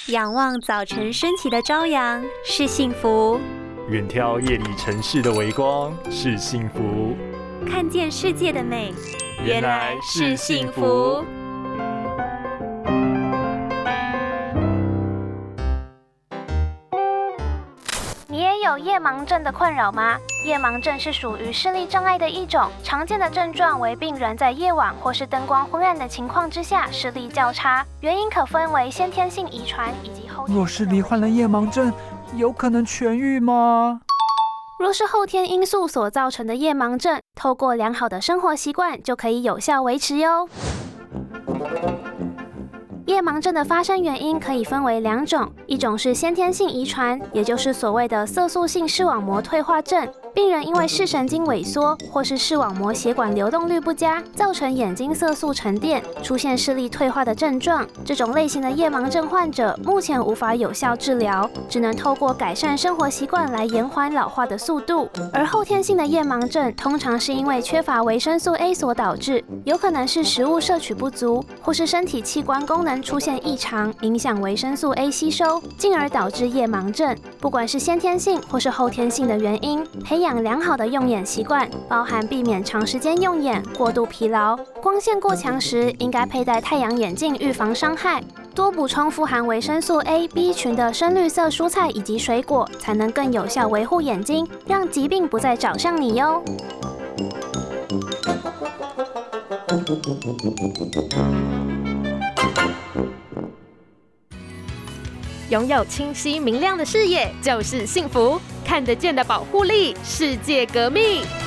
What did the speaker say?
仰望早晨升起的朝阳是幸福， 远眺夜里城市的微光是幸福， 看见世界的美原来是幸福。 你也有夜盲症的困扰吗？夜盲症是属于视力障碍的一种，常见的症状为病人在夜晚或是灯光昏暗的情况之下视力较差，原因可分为先天性遗传以及后天。 若是罹患了夜盲症，有可能痊愈吗？ 若是后天因素所造成的夜盲症，透过良好的生活习惯就可以有效维持哟。夜盲症的发生原因可以分为两种，一种是先天性遗传，也就是所谓的色素性视网膜退化症。病人因为视神经萎缩或是视网膜血管流动率不佳，造成眼睛色素沉淀，出现视力退化的症状。这种类型的夜盲症患者目前无法有效治疗，只能透过改善生活习惯来延缓老化的速度。而后天性的夜盲症通常是因为缺乏维生素 A 所导致，有可能是食物摄取不足，或是身体器官功能出现异常，影响维生素 A 吸收，进而导致夜盲症。不管是先天性或是后天性的原因，培养良好的用眼习惯，包含避免长时间用眼、过度疲劳、光线过强时，应该佩戴太阳眼镜预防伤害。多补充富含维生素 A、B 群的深绿色蔬菜以及水果，才能更有效维护眼睛，让疾病不再找上你哟。 拥有清晰明亮的视野就是幸福，看得见的保护力，世界革命。